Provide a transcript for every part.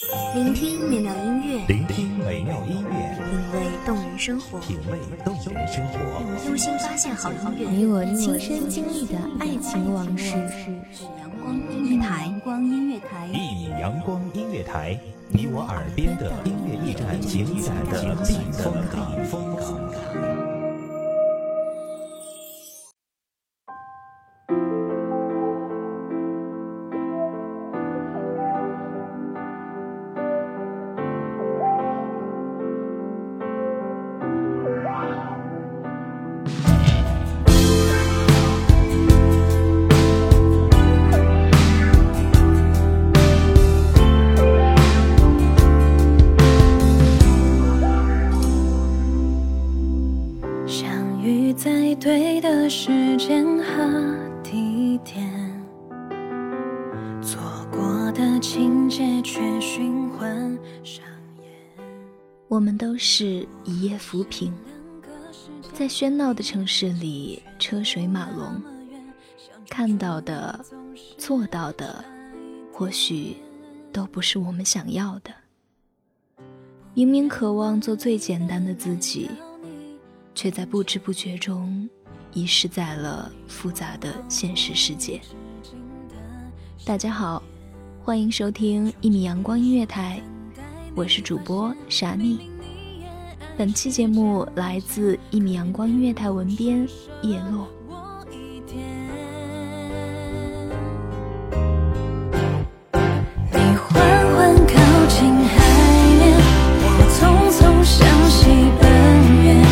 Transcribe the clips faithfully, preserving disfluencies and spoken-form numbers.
聆听美妙音乐， 聆听美妙音乐， 品味动人生活， 品味动人生活， 用心发现好音乐， 你我亲身经历的爱情往事。 阳光音乐台，阳光音乐台， 一米阳光音乐台，你我耳边的音乐驿站，情感的避风港，避风港。 在对的时间和地点，错过的情节却循环上演。 我们都是一叶浮萍，在喧闹的城市里车水马龙，看到的做到的或许都不是我们想要的。明明渴望做最简单的自己，却在不知不觉中遗失在了复杂的现实世界。大家好，欢迎收听一米阳光音乐台，我是主播傻妮。本期节目来自一米阳光音乐台文编叶落。 你缓缓靠近海面，我匆匆向西奔远。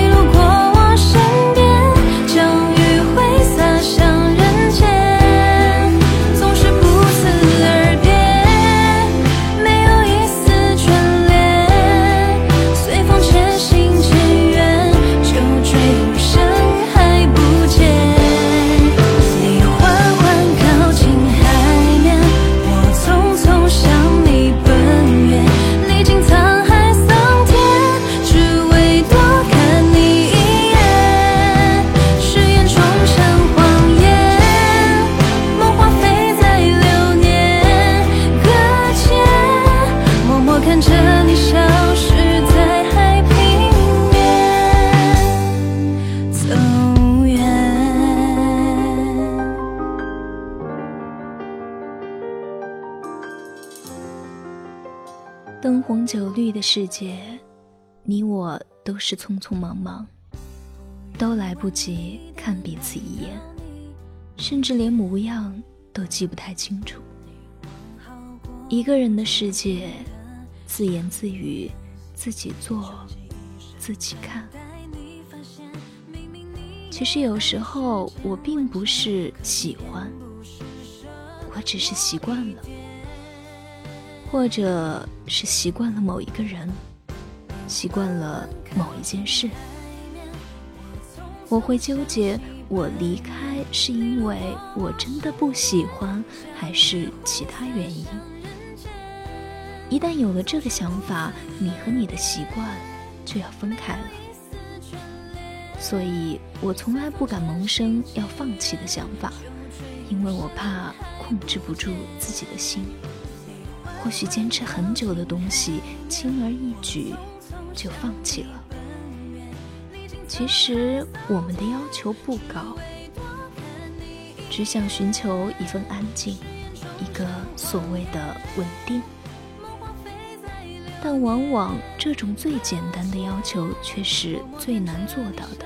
灯红酒绿的世界，你我都是匆匆忙忙，都来不及看彼此一眼，甚至连模样都记不太清楚。一个人的世界，自言自语，自己做，自己看。其实有时候我并不是喜欢，我只是习惯了，或者是习惯了某一个人，习惯了某一件事。我会纠结，我离开是因为我真的不喜欢，还是其他原因。一旦有了这个想法，你和你的习惯就要分开了。所以我从来不敢萌生要放弃的想法，因为我怕控制不住自己的心。或许坚持很久的东西，轻而易举就放弃了。其实我们的要求不高，只想寻求一份安静，一个所谓的稳定。但往往这种最简单的要求却是最难做到的。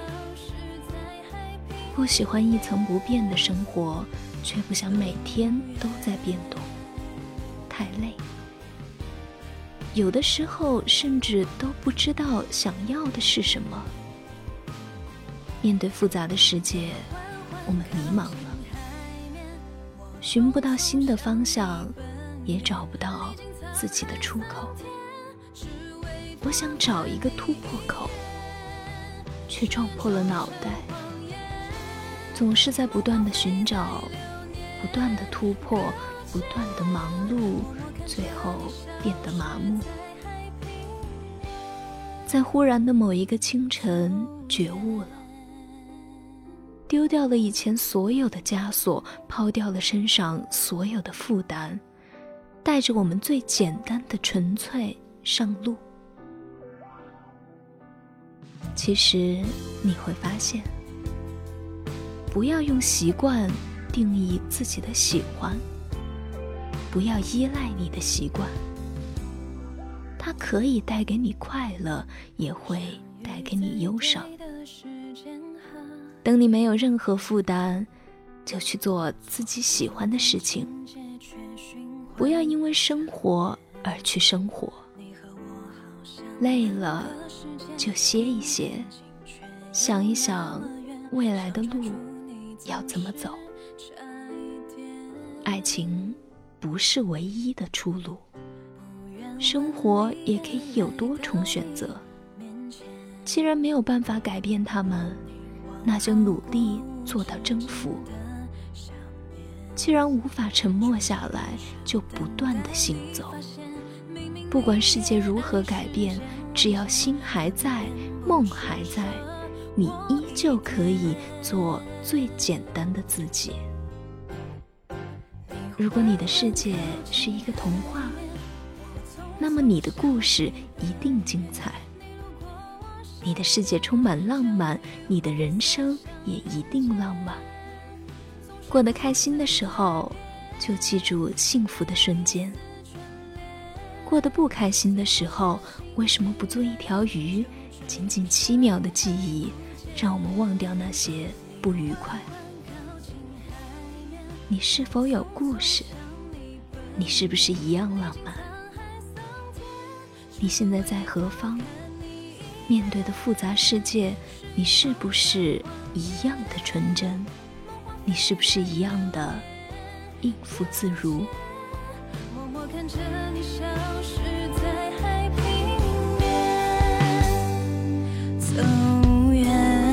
不喜欢一成不变的生活，却不想每天都在变动，太累。有的时候甚至都不知道想要的是什么。面对复杂的世界，我们迷茫了，寻不到新的方向，也找不到自己的出口。我想找一个突破口，却撞破了脑袋，总是在不断的寻找，不断的突破，不断的忙碌，最后变得麻木。在忽然的某一个清晨觉悟了，丢掉了以前所有的枷锁，抛掉了身上所有的负担， 带着我们最简单的纯粹上路。其实你会发现，不要用习惯定义自己的喜欢，不要依赖你的习惯，它可以带给你快乐，也会带给你忧伤。等你没有任何负担，就去做自己喜欢的事情，不要因为生活而去生活。累了就歇一歇，想一想未来的路要怎么走。爱情不是唯一的出路，生活也可以有多重选择。既然没有办法改变它们，那就努力做到征服。既然无法沉默下来，就不断地行走。不管世界如何改变，只要心还在，梦还在，你依旧可以做最简单的自己。如果你的世界是一个童话，那么你的故事一定精彩。你的世界充满浪漫，你的人生也一定浪漫。过得开心的时候，就记住幸福的瞬间；过得不开心的时候，为什么不做一条鱼？仅仅七秒的记忆，让我们忘掉那些不愉快。你是否有故事？你是不是一样浪漫？你现在在何方？面对的复杂世界，你是不是一样的纯真？你是不是一样的应付自如？ 默默看着你消失在海平面，走远。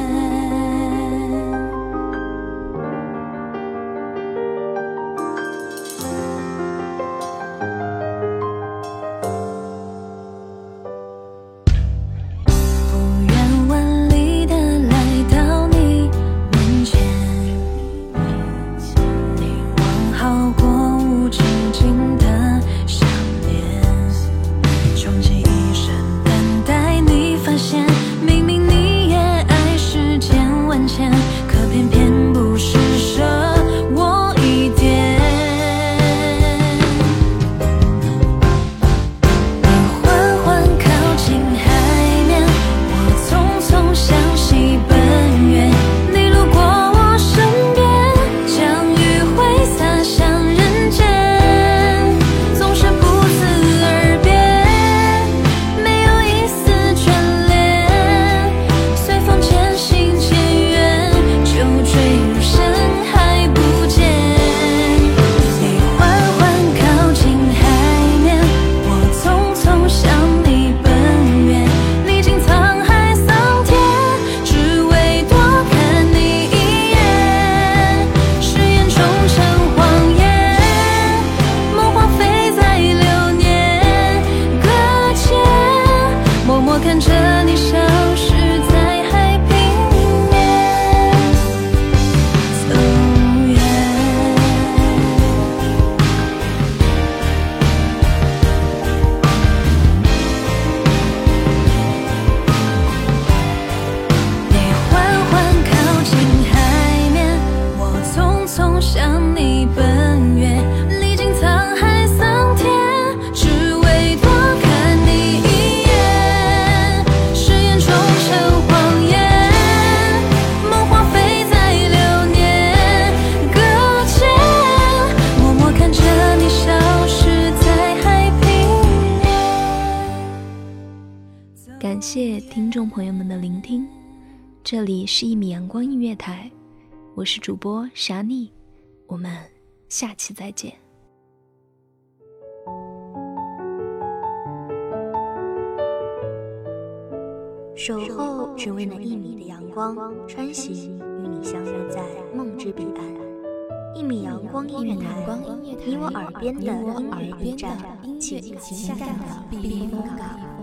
感谢听众朋友们的聆听，这里是一米阳光音乐台，我是主播傻妮，我们下期再见。 守候只为那一米的阳光，穿行与你相约在梦之彼岸。一米阳光音乐台，你我耳边的音乐驿站，情感的避风港。